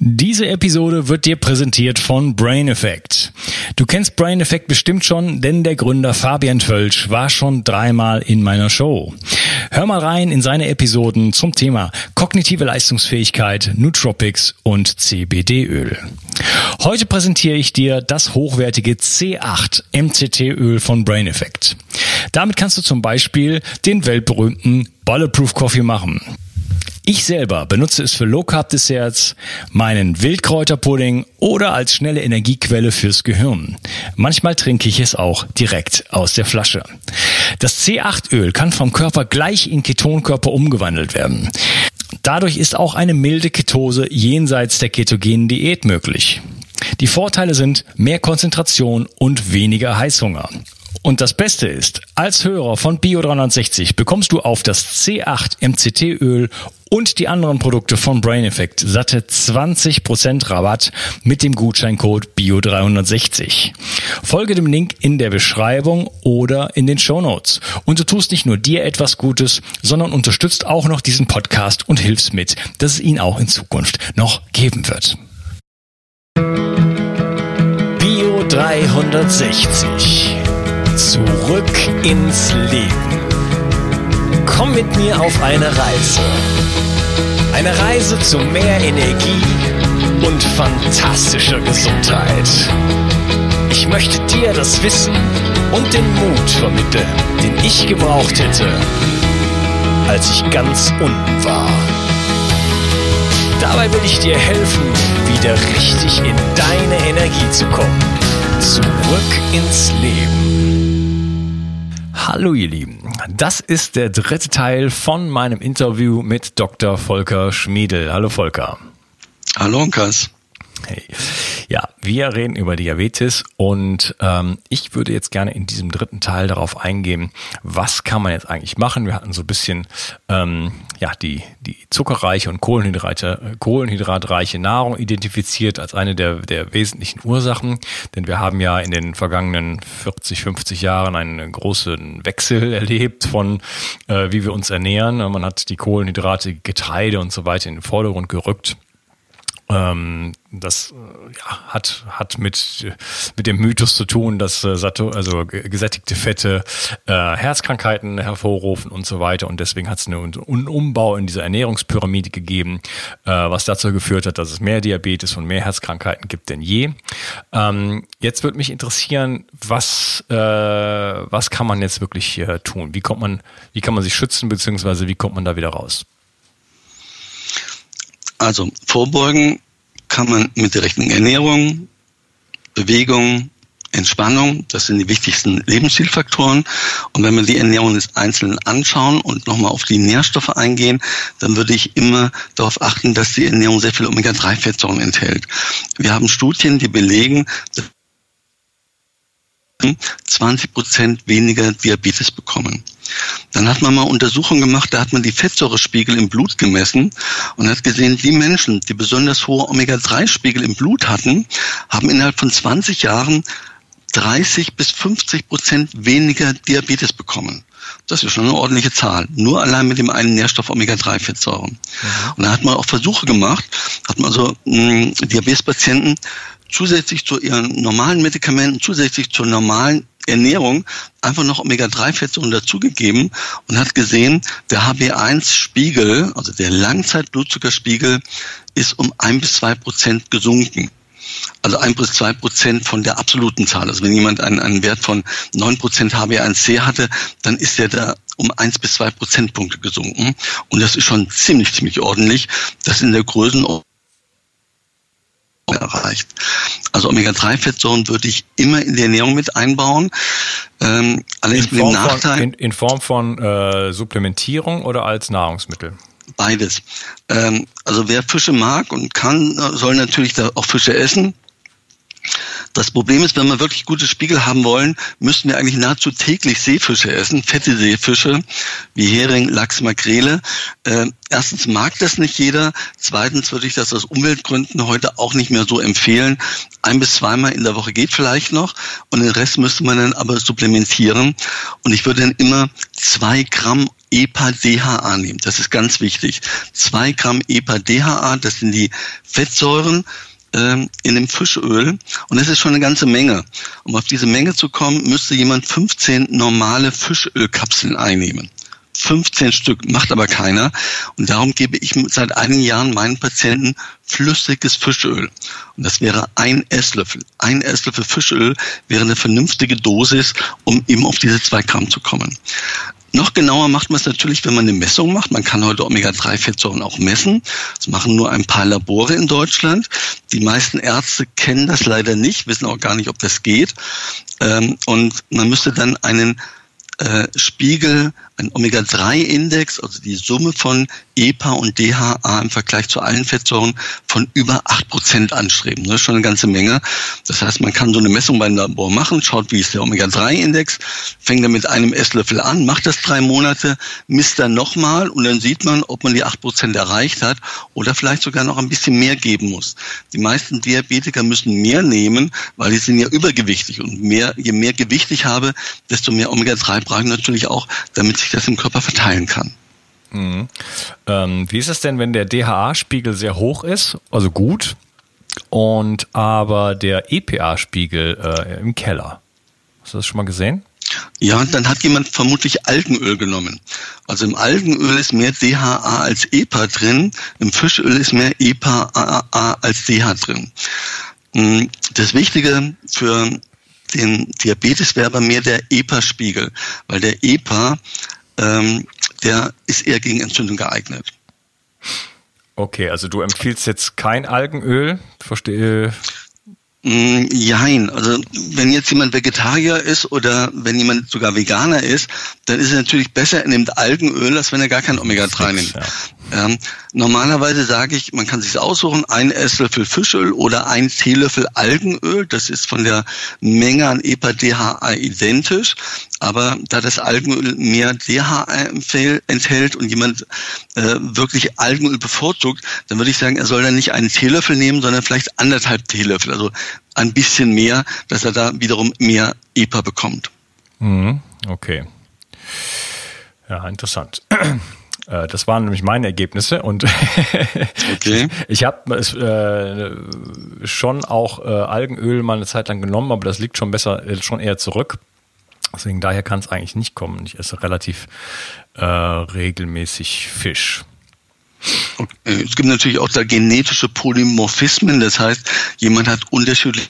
Diese Episode wird dir präsentiert von Brain Effect. Du kennst Brain Effect bestimmt schon, denn der Gründer Fabian Tölsch war schon 3-mal in meiner Show. Hör mal rein in seine Episoden zum Thema kognitive Leistungsfähigkeit, Nootropics und CBD-Öl. Heute präsentiere ich dir das hochwertige C8 MCT-Öl von Brain Effect. Damit kannst du zum Beispiel den weltberühmten Bulletproof Coffee machen. Ich selber benutze es für Low-Carb-Desserts, meinen Wildkräuterpudding oder als schnelle Energiequelle fürs Gehirn. Manchmal trinke ich es auch direkt aus der Flasche. Das C8-Öl kann vom Körper gleich in Ketonkörper umgewandelt werden. Dadurch ist auch eine milde Ketose jenseits der ketogenen Diät möglich. Die Vorteile sind mehr Konzentration und weniger Heißhunger. Und das Beste ist, als Hörer von Bio360 bekommst du auf das C8 MCT-Öl und die anderen Produkte von Brain Effect satte 20% Rabatt mit dem Gutscheincode Bio360. Folge dem Link in der Beschreibung oder in den Shownotes. Und du tust nicht nur dir etwas Gutes, sondern unterstützt auch noch diesen Podcast und hilfst mit, dass es ihn auch in Zukunft noch geben wird. Bio360. Zurück ins Leben. Komm mit mir auf eine Reise. Eine Reise zu mehr Energie und fantastischer Gesundheit. Ich möchte dir das Wissen und den Mut vermitteln, den ich gebraucht hätte, als ich ganz unten war. Dabei will ich dir helfen, wieder richtig in deine Energie zu kommen. Zurück ins Leben. Hallo ihr Lieben, das ist der 3. Teil von meinem Interview mit Dr. Volker Schmiedl. Hallo Volker. Hallo Unkas. Hey. Ja, wir reden über Diabetes und ich würde jetzt gerne in diesem 3. Teil darauf eingehen, was kann man jetzt eigentlich machen. Wir hatten so ein bisschen die zuckerreiche und kohlenhydratreiche Nahrung identifiziert als eine der wesentlichen Ursachen, denn wir haben ja in den vergangenen 40, 50 Jahren einen großen Wechsel erlebt von wie wir uns ernähren. Man hat die Kohlenhydrate, Getreide und so weiter in den Vordergrund gerückt. Das hat mit dem Mythos zu tun, dass gesättigte Fette Herzkrankheiten hervorrufen und so weiter, und deswegen hat es einen Umbau in dieser Ernährungspyramide gegeben, was dazu geführt hat, dass es mehr Diabetes und mehr Herzkrankheiten gibt denn je. Jetzt würde mich interessieren, was kann man jetzt wirklich tun? Wie kann man sich schützen, beziehungsweise wie kommt man da wieder raus? Also vorbeugen kann man mit der richtigen Ernährung, Bewegung, Entspannung. Das sind die wichtigsten Lebensstilfaktoren. Und wenn wir die Ernährung des Einzelnen anschauen und nochmal auf die Nährstoffe eingehen, dann würde ich immer darauf achten, dass die Ernährung sehr viel Omega-3-Fettsäuren enthält. Wir haben Studien, die belegen, dass 20% weniger Diabetes bekommen. Dann hat man mal Untersuchungen gemacht, da hat man die Fettsäurespiegel im Blut gemessen und hat gesehen, die Menschen, die besonders hohe Omega-3-Spiegel im Blut hatten, haben innerhalb von 20 Jahren 30-50% weniger Diabetes bekommen. Das ist schon eine ordentliche Zahl. Nur allein mit dem einen Nährstoff Omega-3-Fettsäuren. Und da hat man auch Versuche gemacht, hat man also Diabetespatienten zusätzlich zu ihren normalen Medikamenten, zusätzlich zur normalen Ernährung einfach noch Omega-3-Fettsäuren dazugegeben und hat gesehen, der HbA1-Spiegel, also der Langzeit-Blutzuckerspiegel, ist um 1-2% gesunken. Also 1-2% von der absoluten Zahl. Also wenn jemand einen Wert von 9% HbA1c hatte, dann ist der da um 1-2 Prozentpunkte gesunken. Und das ist schon ziemlich ordentlich. Das in der Größenordnung erreicht. Also Omega-3-Fettsäuren würde ich immer in die Ernährung mit einbauen. Allerdings mit dem Nachteil. In Form von Supplementierung oder als Nahrungsmittel? Beides. Also wer Fische mag und kann, soll natürlich da auch Fische essen. Das Problem ist, wenn wir wirklich gute Spiegel haben wollen, müssten wir eigentlich nahezu täglich Seefische essen, fette Seefische, wie Hering, Lachs, Makrele. Erstens mag das nicht jeder. Zweitens würde ich das aus Umweltgründen heute auch nicht mehr so empfehlen. 1 bis 2 Mal in der Woche geht vielleicht noch und den Rest müsste man dann aber supplementieren. Und ich würde dann immer 2 Gramm EPA-DHA nehmen. Das ist ganz wichtig. 2 Gramm EPA-DHA, das sind die Fettsäuren in dem Fischöl. Und das ist schon eine ganze Menge. Um auf diese Menge zu kommen, müsste jemand 15 normale Fischölkapseln einnehmen. 15 Stück, macht aber keiner. Und darum gebe ich seit einigen Jahren meinen Patienten flüssiges Fischöl. Und das wäre 1 Esslöffel. 1 Esslöffel Fischöl wäre eine vernünftige Dosis, um eben auf diese 2 Gramm zu kommen. Noch genauer macht man es natürlich, wenn man eine Messung macht. Man kann heute Omega-3-Fettsäuren auch messen. Das machen nur ein paar Labore in Deutschland. Die meisten Ärzte kennen das leider nicht, wissen auch gar nicht, ob das geht. Und man müsste dann einen Spiegel, ein Omega-3-Index, also die Summe von EPA und DHA im Vergleich zu allen Fettsäuren von über 8% anstreben. Das ist schon eine ganze Menge. Das heißt, man kann so eine Messung beim Labor machen, schaut, wie ist der Omega-3-Index, fängt dann mit einem Esslöffel an, macht das 3 Monate, misst dann nochmal und dann sieht man, ob man die 8% erreicht hat oder vielleicht sogar noch ein bisschen mehr geben muss. Die meisten Diabetiker müssen mehr nehmen, weil die sind ja übergewichtig und je mehr Gewicht ich habe, desto mehr Omega-3 brauche ich natürlich auch, damit sich das im Körper verteilen kann. Mhm. Wie ist es denn, wenn der DHA-Spiegel sehr hoch ist, also gut, und aber der EPA-Spiegel im Keller? Hast du das schon mal gesehen? Ja, dann hat jemand vermutlich Algenöl genommen. Also im Algenöl ist mehr DHA als EPA drin, im Fischöl ist mehr EPA als DHA drin. Das Wichtige für den Diabetes wäre aber mehr der EPA-Spiegel, weil der EPA, der ist eher gegen Entzündung geeignet. Okay, also du empfiehlst jetzt kein Algenöl, verstehe. Jein, also wenn jetzt jemand Vegetarier ist oder wenn jemand sogar Veganer ist, dann ist es natürlich besser, er nimmt Algenöl, als wenn er gar kein Omega-3 nimmt. Ja. Normalerweise sage ich, man kann sich aussuchen, 1 Esslöffel Fischöl oder 1 Teelöffel Algenöl, das ist von der Menge an EPA-DHA identisch, aber da das Algenöl mehr DHA enthält und jemand wirklich Algenöl bevorzugt, dann würde ich sagen, er soll dann nicht einen Teelöffel nehmen, sondern vielleicht 1,5 Teelöffel, also ein bisschen mehr, dass er da wiederum mehr EPA bekommt. Okay. Ja, interessant. Das waren nämlich meine Ergebnisse und okay. Ich habe schon auch Algenöl mal eine Zeit lang genommen, aber das liegt schon eher zurück. Deswegen daher kann es eigentlich nicht kommen. Ich esse relativ regelmäßig Fisch. Okay. Es gibt natürlich auch da genetische Polymorphismen, das heißt, jemand hat unterschiedliche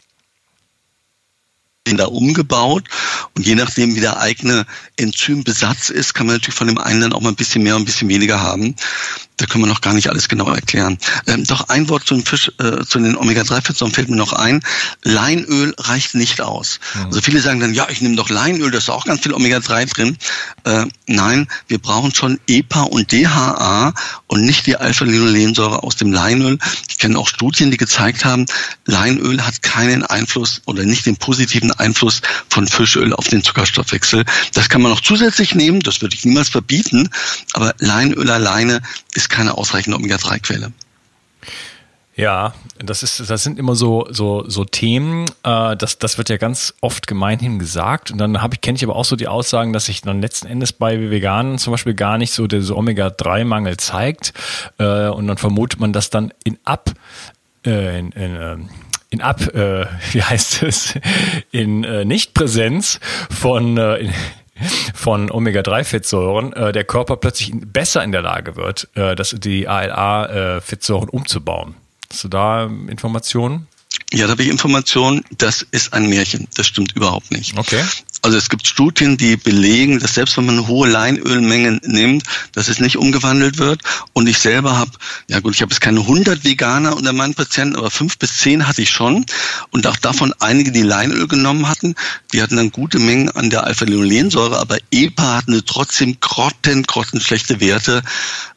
da umgebaut und je nachdem, wie der eigene Enzymbesatz ist, kann man natürlich von dem einen dann auch mal ein bisschen mehr und ein bisschen weniger haben. Da können wir noch gar nicht alles genau erklären. Doch ein Wort zum Fisch, zu den Omega-3-Fettsäuren fällt mir noch ein. Leinöl reicht nicht aus. Also viele sagen dann, ja, ich nehme doch Leinöl, da ist auch ganz viel Omega-3 drin. Nein, wir brauchen schon EPA und DHA und nicht die Alpha-Linolensäure aus dem Leinöl. Ich kenne auch Studien, die gezeigt haben, Leinöl hat keinen Einfluss oder nicht den positiven Einfluss von Fischöl auf den Zuckerstoffwechsel. Das kann man noch zusätzlich nehmen, das würde ich niemals verbieten, aber Leinöl alleine ist keine ausreichende Omega-3-Quelle. Ja, das sind immer so Themen, das wird ja ganz oft gemeinhin gesagt und dann kenne ich aber auch so die Aussagen, dass sich dann letzten Endes bei Veganen zum Beispiel gar nicht so der Omega-3-Mangel zeigt und dann vermutet man, dass dann in Nichtpräsenz von Omega-3-Fettsäuren der Körper plötzlich besser in der Lage wird, die ALA-Fettsäuren umzubauen. Hast du da Informationen? Ja, da habe ich Informationen. Das ist ein Märchen. Das stimmt überhaupt nicht. Okay. Also es gibt Studien, die belegen, dass selbst wenn man hohe Leinölmengen nimmt, dass es nicht umgewandelt wird. Und ich selber habe, ich habe jetzt keine 100 Veganer unter meinen Patienten, aber 5 bis 10 hatte ich schon. Und auch davon einige, die Leinöl genommen hatten, die hatten dann gute Mengen an der Alpha-Linolensäure, aber EPA hatten trotzdem grottenschlechte Werte.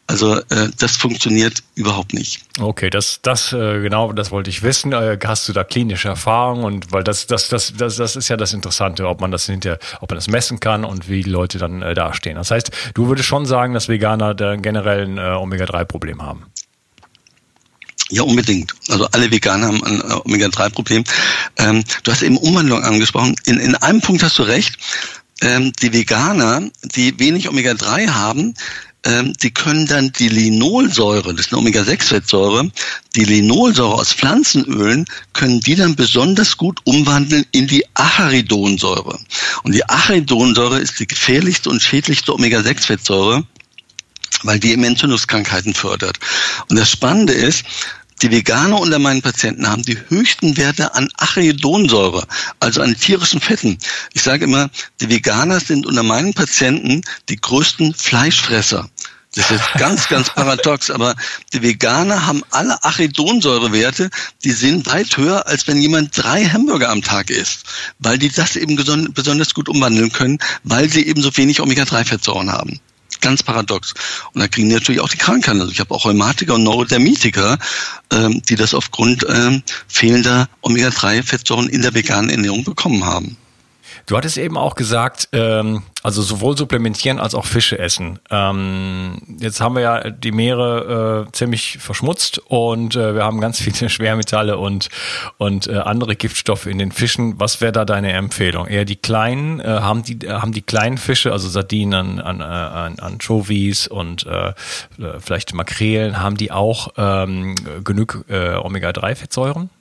Also das funktioniert überhaupt nicht. Okay, genau, das wollte ich wissen. Hast du da klinische Erfahrung? Und weil das ist ja das Interessante, ob man das messen kann und wie die Leute dann dastehen. Das heißt, du würdest schon sagen, dass Veganer da generell ein Omega-3-Problem haben. Ja, unbedingt. Also alle Veganer haben ein Omega-3-Problem. Du hast eben Umwandlung angesprochen. In einem Punkt hast du recht. Die Veganer, die wenig Omega-3 haben, die können dann die Linolsäure, das ist eine Omega-6-Fettsäure, die Linolsäure aus Pflanzenölen, können die dann besonders gut umwandeln in die Acharidonsäure. Und die Acharidonsäure ist die gefährlichste und schädlichste Omega-6-Fettsäure, weil die eben Entzündungskrankheiten fördert. Und das Spannende ist, die Veganer unter meinen Patienten haben die höchsten Werte an Acharidonsäure, also an tierischen Fetten. Ich sage immer, die Veganer sind unter meinen Patienten die größten Fleischfresser. Das ist ganz, ganz paradox, aber die Veganer haben alle Acharidonsäurewerte, die sind weit höher, als wenn jemand 3 Hamburger am Tag isst, weil die das eben besonders gut umwandeln können, weil sie eben so wenig Omega-3-Fettsäuren haben. Ganz paradox. Und da kriegen die natürlich auch die Krankheiten. Also ich habe auch Rheumatiker und Neurodermitiker, die das aufgrund fehlender Omega-3-Fettsäuren in der veganen Ernährung bekommen haben. Du hattest eben auch gesagt, also sowohl supplementieren als auch Fische essen. Jetzt haben wir ja die Meere ziemlich verschmutzt und wir haben ganz viele Schwermetalle und andere Giftstoffe in den Fischen. Was wäre da deine Empfehlung? Eher die kleinen, haben die kleinen Fische, also Sardinen, Anchovies und vielleicht Makrelen, haben die auch genug Omega-3-Fettsäuren?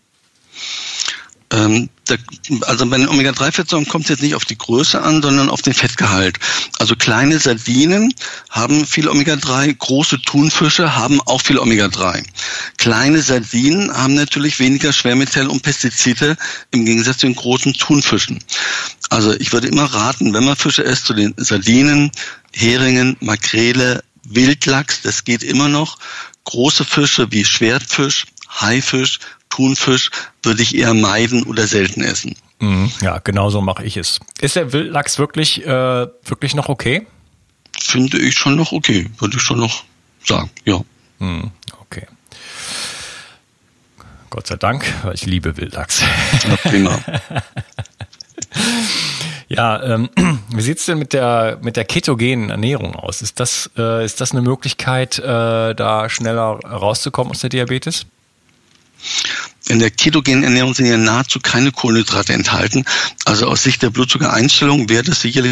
Also bei den Omega-3-Fettsäuren kommt es jetzt nicht auf die Größe an, sondern auf den Fettgehalt. Also kleine Sardinen haben viel Omega-3, große Thunfische haben auch viel Omega-3. Kleine Sardinen haben natürlich weniger Schwermetalle und Pestizide im Gegensatz zu den großen Thunfischen. Also ich würde immer raten, wenn man Fische isst, zu den Sardinen, Heringen, Makrele, Wildlachs, das geht immer noch. Große Fische wie Schwertfisch, Haifisch, Thunfisch würde ich eher meiden oder selten essen. Ja, genau so mache ich es. Ist der Wildlachs wirklich noch okay? Finde ich schon noch okay, würde ich schon noch sagen, ja. Okay. Gott sei Dank, weil ich liebe Wildlachs. Ja, prima. Ja, wie sieht's denn mit der ketogenen Ernährung aus? Ist das eine Möglichkeit, da schneller rauszukommen aus der Diabetes? In der ketogenen Ernährung sind ja nahezu keine Kohlenhydrate enthalten. Also aus Sicht der Blutzuckereinstellung wäre das sicherlich.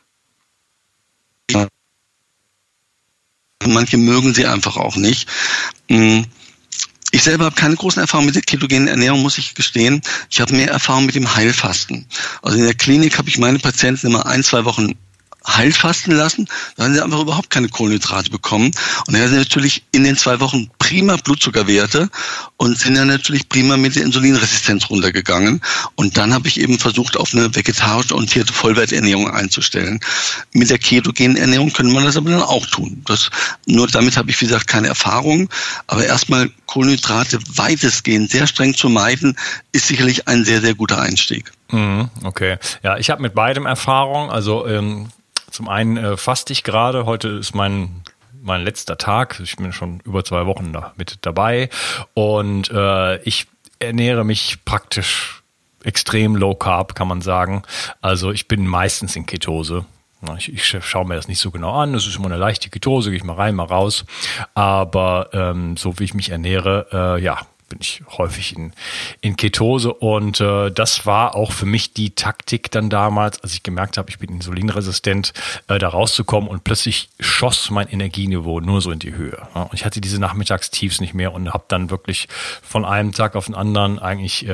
Manche mögen sie einfach auch nicht. Ich selber habe keine großen Erfahrungen mit der ketogenen Ernährung, muss ich gestehen. Ich habe mehr Erfahrung mit dem Heilfasten. Also in der Klinik habe ich meine Patienten immer 1-2 Wochen Heilfasten lassen, da haben sie einfach überhaupt keine Kohlenhydrate bekommen. Und dann haben sie natürlich in den 2 Wochen prima Blutzuckerwerte und sind dann natürlich prima mit der Insulinresistenz runtergegangen. Und dann habe ich eben versucht, auf eine vegetarisch orientierte Vollwerternährung einzustellen. Mit der ketogenen Ernährung könnte man das aber dann auch tun. Nur damit habe ich, wie gesagt, keine Erfahrung. Aber erstmal Kohlenhydrate weitestgehend sehr streng zu meiden, ist sicherlich ein sehr, sehr guter Einstieg. Okay. Ja, ich habe mit beidem Erfahrung. Also zum einen faste ich gerade. Heute ist mein letzter Tag. Ich bin schon über 2 Wochen mit dabei. Und ich ernähre mich praktisch extrem low carb, kann man sagen. Also ich bin meistens in Ketose. Ich schaue mir das nicht so genau an. Das ist immer eine leichte Ketose. Gehe ich mal rein, mal raus. Aber so wie ich mich ernähre, bin ich häufig in Ketose und das war auch für mich die Taktik dann damals, als ich gemerkt habe, ich bin insulinresistent, da rauszukommen und plötzlich schoss mein Energieniveau nur so in die Höhe. Ja, und ich hatte diese Nachmittagstiefs nicht mehr und habe dann wirklich von einem Tag auf den anderen eigentlich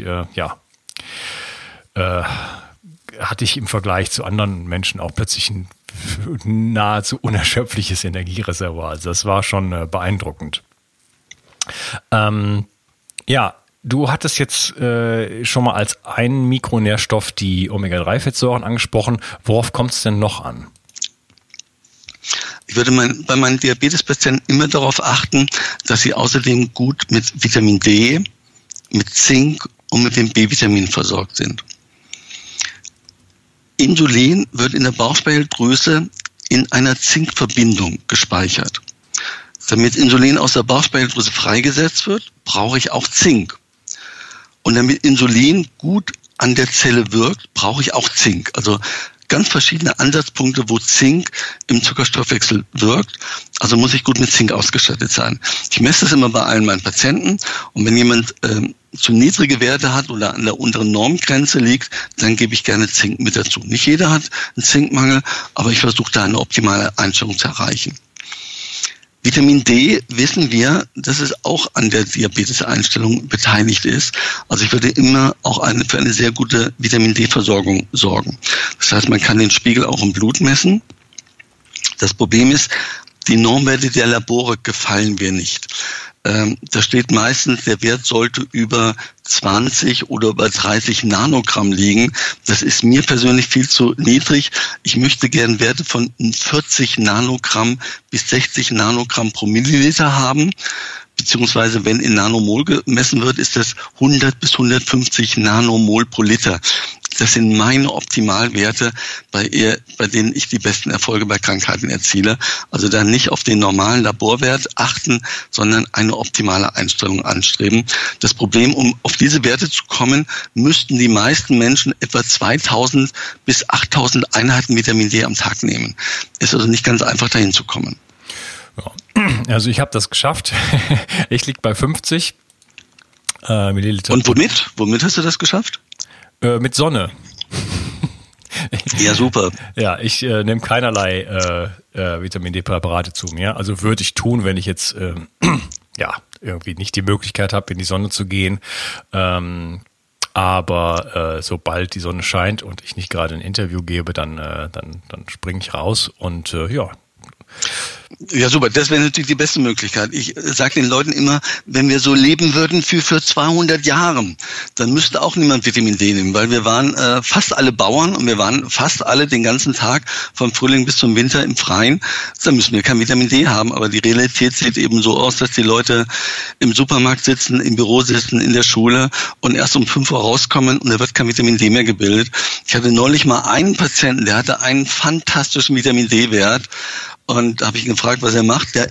hatte ich im Vergleich zu anderen Menschen auch plötzlich ein nahezu unerschöpfliches Energiereservoir. Also das war schon beeindruckend. Du hattest jetzt schon mal als einen Mikronährstoff die Omega-3-Fettsäuren angesprochen. Worauf kommt es denn noch an? Ich würde bei meinen Diabetespatienten immer darauf achten, dass sie außerdem gut mit Vitamin D, mit Zink und mit dem B-Vitamin versorgt sind. Insulin wird in der Bauchspeicheldrüse in einer Zinkverbindung gespeichert. Damit Insulin aus der Bauchspeicheldrüse freigesetzt wird, brauche ich auch Zink. Und damit Insulin gut an der Zelle wirkt, brauche ich auch Zink. Also ganz verschiedene Ansatzpunkte, wo Zink im Zuckerstoffwechsel wirkt. Also muss ich gut mit Zink ausgestattet sein. Ich messe das immer bei allen meinen Patienten. Und wenn jemand zu niedrige Werte hat oder an der unteren Normgrenze liegt, dann gebe ich gerne Zink mit dazu. Nicht jeder hat einen Zinkmangel, aber ich versuche da eine optimale Einstellung zu erreichen. Vitamin D wissen wir, dass es auch an der Diabeteseinstellung beteiligt ist. Also ich würde immer auch für eine sehr gute Vitamin D-Versorgung sorgen. Das heißt, man kann den Spiegel auch im Blut messen. Das Problem ist, die Normwerte der Labore gefallen mir nicht. Da steht meistens, der Wert sollte über 20 oder über 30 Nanogramm liegen. Das ist mir persönlich viel zu niedrig. Ich möchte gerne Werte von 40 Nanogramm bis 60 Nanogramm pro Milliliter haben. Beziehungsweise wenn in Nanomol gemessen wird, ist das 100 bis 150 Nanomol pro Liter. Das sind meine Optimalwerte, bei denen ich die besten Erfolge bei Krankheiten erziele. Also dann nicht auf den normalen Laborwert achten, sondern eine optimale Einstellung anstreben. Das Problem, um auf diese Werte zu kommen, müssten die meisten Menschen etwa 2000 bis 8000 Einheiten Vitamin D am Tag nehmen. Ist also nicht ganz einfach, dahin zu kommen. Ja. Also ich habe das geschafft. Ich liege bei 50 Milliliter. Und womit? Womit hast du das geschafft? Mit Sonne. Ja, super. Ja, ich nehme keinerlei Vitamin D-Präparate zu mir. Also würde ich tun, wenn ich jetzt irgendwie nicht die Möglichkeit habe, in die Sonne zu gehen. Aber sobald die Sonne scheint und ich nicht gerade ein Interview gebe, dann springe ich raus und Ja, super. Das wäre natürlich die beste Möglichkeit. Ich sage den Leuten immer, wenn wir so leben würden für 200 Jahre, dann müsste auch niemand Vitamin D nehmen, weil wir waren fast alle Bauern und wir waren fast alle den ganzen Tag vom Frühling bis zum Winter im Freien. Dann müssen wir kein Vitamin D haben. Aber die Realität sieht eben so aus, dass die Leute im Supermarkt sitzen, im Büro sitzen, in der Schule und erst um 5 Uhr rauskommen und da wird kein Vitamin D mehr gebildet. Ich hatte neulich mal einen Patienten, der hatte einen fantastischen Vitamin D-Wert. Und da habe ich ihn gefragt, was er macht. Wenn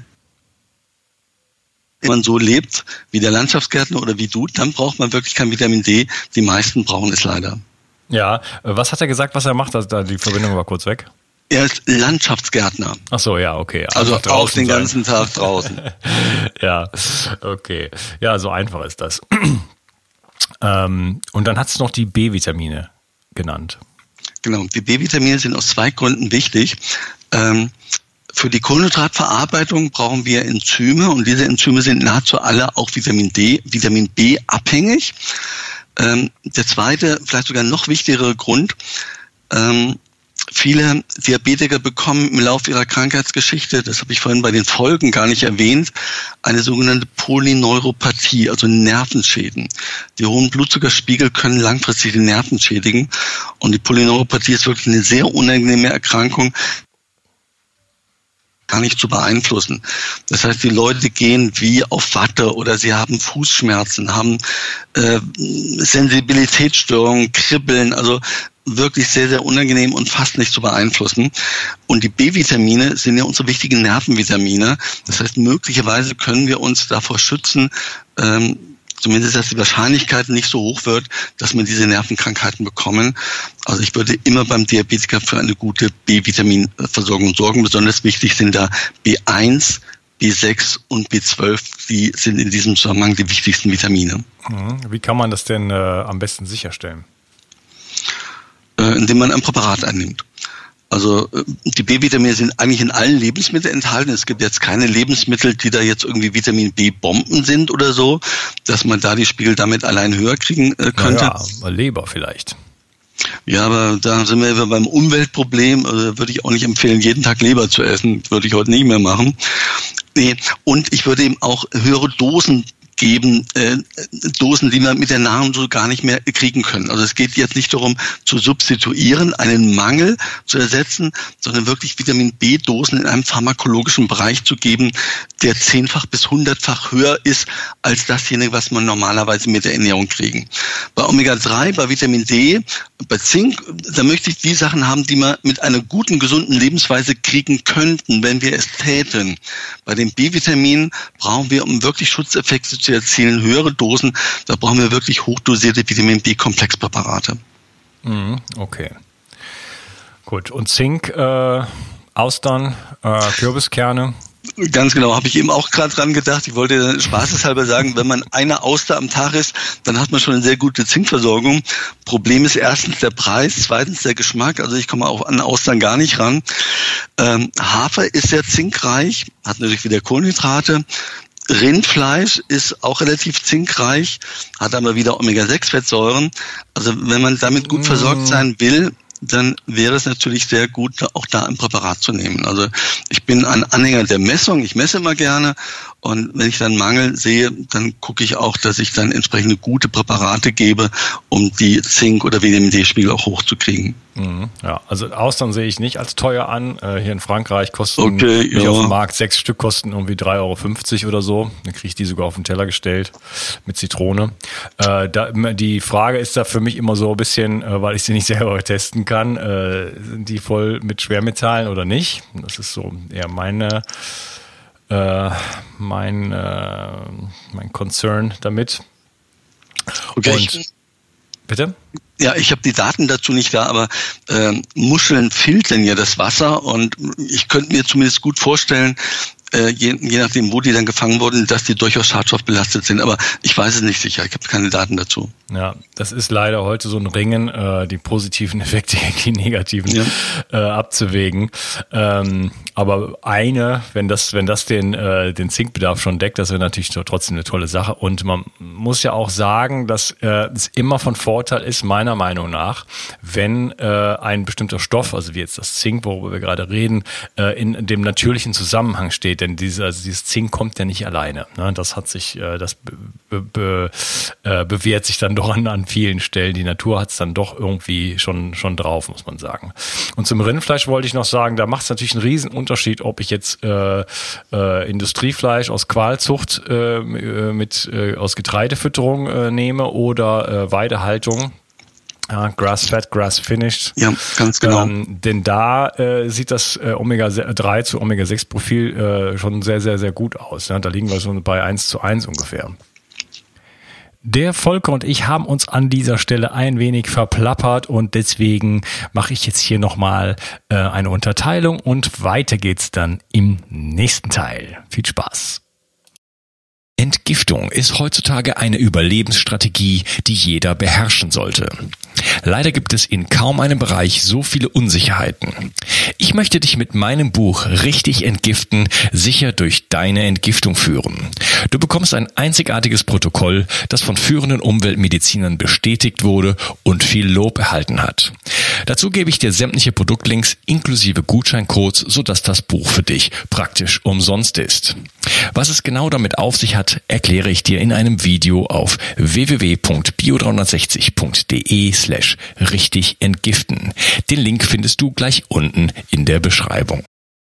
man so lebt wie der Landschaftsgärtner oder wie du, dann braucht man wirklich kein Vitamin D. Die meisten brauchen es leider. Ja, was hat er gesagt, was er macht? Also die Verbindung war kurz weg. Er ist Landschaftsgärtner. Ach so, ja, okay. Also auch den ganzen Tag draußen. Ja, okay. Ja, so einfach ist das. Und dann hat es noch die B-Vitamine genannt. Genau, die B-Vitamine sind aus 2 Gründen wichtig. Für die Kohlenhydratverarbeitung brauchen wir Enzyme und diese Enzyme sind nahezu alle auch Vitamin B abhängig. Der zweite, vielleicht sogar noch wichtigere Grund, viele Diabetiker bekommen im Laufe ihrer Krankheitsgeschichte, das habe ich vorhin bei den Folgen gar nicht erwähnt, eine sogenannte Polyneuropathie, also Nervenschäden. Die hohen Blutzuckerspiegel können langfristig die Nerven schädigen und die Polyneuropathie ist wirklich eine sehr unangenehme Erkrankung, gar nicht zu beeinflussen. Das heißt, die Leute gehen wie auf Watte oder sie haben Fußschmerzen, haben Sensibilitätsstörungen, Kribbeln, also wirklich sehr, sehr unangenehm und fast nicht zu beeinflussen. Und die B-Vitamine sind ja unsere wichtigen Nervenvitamine. Das heißt, möglicherweise können wir uns davor schützen, zumindest, dass die Wahrscheinlichkeit nicht so hoch wird, dass wir diese Nervenkrankheiten bekommen. Also ich würde immer beim Diabetiker für eine gute B-Vitaminversorgung sorgen. Besonders wichtig sind da B1, B6 und B12. Die sind in diesem Zusammenhang die wichtigsten Vitamine. Wie kann man das denn am besten sicherstellen? Indem man ein Präparat einnimmt. Also die B-Vitamine sind eigentlich in allen Lebensmitteln enthalten. Es gibt jetzt keine Lebensmittel, die da jetzt irgendwie Vitamin B-Bomben sind oder so, dass man da die Spiegel damit allein höher kriegen könnte. Ja, Leber vielleicht. Ja, aber da sind wir beim Umweltproblem. Also würde ich auch nicht empfehlen, jeden Tag Leber zu essen. Würde ich heute nicht mehr machen. Nee. Und ich würde eben auch höhere Dosen geben Dosen, die wir mit der Nahrung so gar nicht mehr kriegen können. Also es geht jetzt nicht darum, zu substituieren, einen Mangel zu ersetzen, sondern wirklich Vitamin B-Dosen in einem pharmakologischen Bereich zu geben, der 10-fach bis 100-fach höher ist als dasjenige, was man normalerweise mit der Ernährung kriegen. Bei Omega-3, bei Vitamin D, bei Zink, da möchte ich die Sachen haben, die wir mit einer guten, gesunden Lebensweise kriegen könnten, wenn wir es täten. Bei den B-Vitaminen brauchen wir, um wirklich Schutzeffekte zu erzielen, höhere Dosen. Da brauchen wir wirklich hochdosierte Vitamin B-Komplexpräparate. Okay. Gut. Und Zink, Austern, Kürbiskerne? Ganz genau, habe ich eben auch gerade dran gedacht. Ich wollte spaßeshalber sagen, wenn man eine Auster am Tag isst, dann hat man schon eine sehr gute Zinkversorgung. Problem ist erstens der Preis, zweitens der Geschmack. Also ich komme auch an Austern gar nicht ran. Hafer ist sehr zinkreich, hat natürlich wieder Kohlenhydrate. Rindfleisch ist auch relativ zinkreich, hat aber wieder Omega-6-Fettsäuren. Also wenn man damit gut versorgt sein will, dann wäre es natürlich sehr gut, auch da ein Präparat zu nehmen. Also ich bin ein Anhänger der Messung, ich messe immer gerne und wenn ich dann Mangel sehe, dann gucke ich auch, dass ich dann entsprechende gute Präparate gebe, um die Zink- oder Vitamin D-Spiegel auch hochzukriegen. Ja, also Austern sehe ich nicht als teuer an. Hier in Frankreich kosten auf dem Markt 6 Stück kosten irgendwie 3,50 € oder so. Dann kriege ich die sogar auf den Teller gestellt mit Zitrone. Die Frage ist da für mich immer so ein bisschen, weil ich sie nicht selber testen kann, sind die voll mit Schwermetallen oder nicht? Das ist so eher mein Concern damit. Okay. Und, bitte? Ja, ich habe die Daten dazu nicht da, aber Muscheln filtern ja das Wasser und ich könnte mir zumindest gut vorstellen, je nachdem, wo die dann gefangen wurden, dass die durchaus schadstoffbelastet sind. Aber ich weiß es nicht sicher, ich habe keine Daten dazu. Ja, das ist leider heute so ein Ringen, die positiven Effekte gegen die negativen abzuwägen. Aber wenn das den Zinkbedarf schon deckt, das wäre natürlich trotzdem eine tolle Sache. Und man muss ja auch sagen, dass es immer von Vorteil ist, meiner Meinung nach, wenn ein bestimmter Stoff, also wie jetzt das Zink, worüber wir gerade reden, in dem natürlichen Zusammenhang steht. Denn dieses Zink kommt ja nicht alleine. Ne? Das bewährt sich dann doch an vielen Stellen. Die Natur hat es dann doch irgendwie schon drauf, muss man sagen. Und zum Rindfleisch wollte ich noch sagen, da macht es natürlich einen riesen Unterschied, ob ich jetzt Industriefleisch aus Qualzucht aus Getreidefütterung nehme oder Weidehaltung. Ja, Grass-Fed, Grass-Finished. Ja, ganz genau. Denn da sieht das Omega-3 zu Omega-6-Profil schon sehr, sehr, sehr gut aus. Ja, da liegen wir schon bei 1:1 ungefähr. Der Volker und ich haben uns an dieser Stelle ein wenig verplappert und deswegen mache ich jetzt hier nochmal eine Unterteilung und weiter geht's dann im nächsten Teil. Viel Spaß! Entgiftung ist heutzutage eine Überlebensstrategie, die jeder beherrschen sollte. Leider gibt es in kaum einem Bereich so viele Unsicherheiten. Ich möchte dich mit meinem Buch Richtig Entgiften sicher durch deine Entgiftung führen. Du bekommst ein einzigartiges Protokoll, das von führenden Umweltmedizinern bestätigt wurde und viel Lob erhalten hat. Dazu gebe ich dir sämtliche Produktlinks inklusive Gutscheincodes, sodass das Buch für dich praktisch umsonst ist. Was es genau damit auf sich hat, erkläre ich dir in einem Video auf www.bio360.de/richtig entgiften. Den Link findest du gleich unten in der Beschreibung.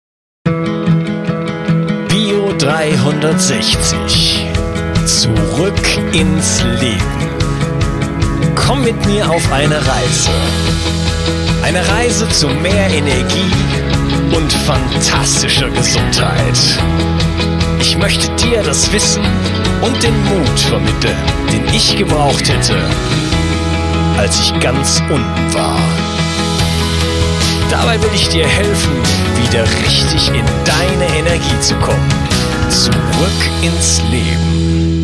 Bio 360. Zurück ins Leben. Komm mit mir auf eine Reise. Eine Reise zu mehr Energie und fantastischer Gesundheit. Ich möchte dir das Wissen und den Mut vermitteln, den ich gebraucht hätte, als ich ganz unten war. Dabei will ich dir helfen, wieder richtig in deine Energie zu kommen. Zurück ins Leben.